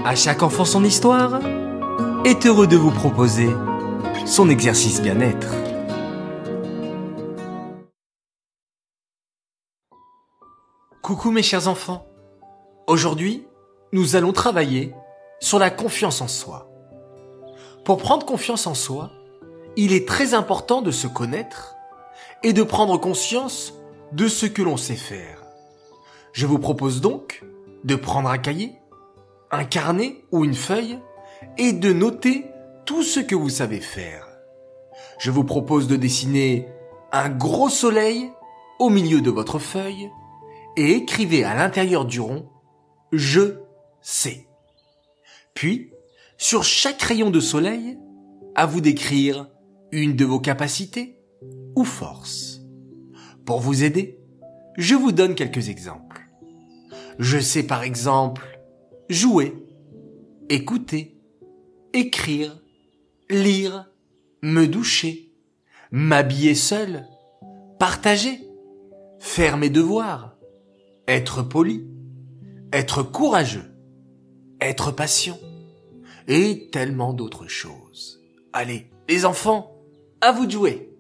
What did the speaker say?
À chaque enfant son histoire est heureux de vous proposer son exercice bien-être. Coucou mes chers enfants. Aujourd'hui, nous allons travailler sur la confiance en soi. Pour prendre confiance en soi, il est très important de se connaître et de prendre conscience de ce que l'on sait faire. Je vous propose donc de prendre un cahier, un carnet ou une feuille et de noter tout ce que vous savez faire. Je vous propose de dessiner un gros soleil au milieu de votre feuille et écrivez à l'intérieur du rond « Je sais ». Puis, sur chaque rayon de soleil, à vous d'écrire une de vos capacités ou forces. Pour vous aider, je vous donne quelques exemples. Je sais par exemple jouer, écouter, écrire, lire, me doucher, m'habiller seul, partager, faire mes devoirs, être poli, être courageux, être patient et tellement d'autres choses. Allez, les enfants, à vous de jouer!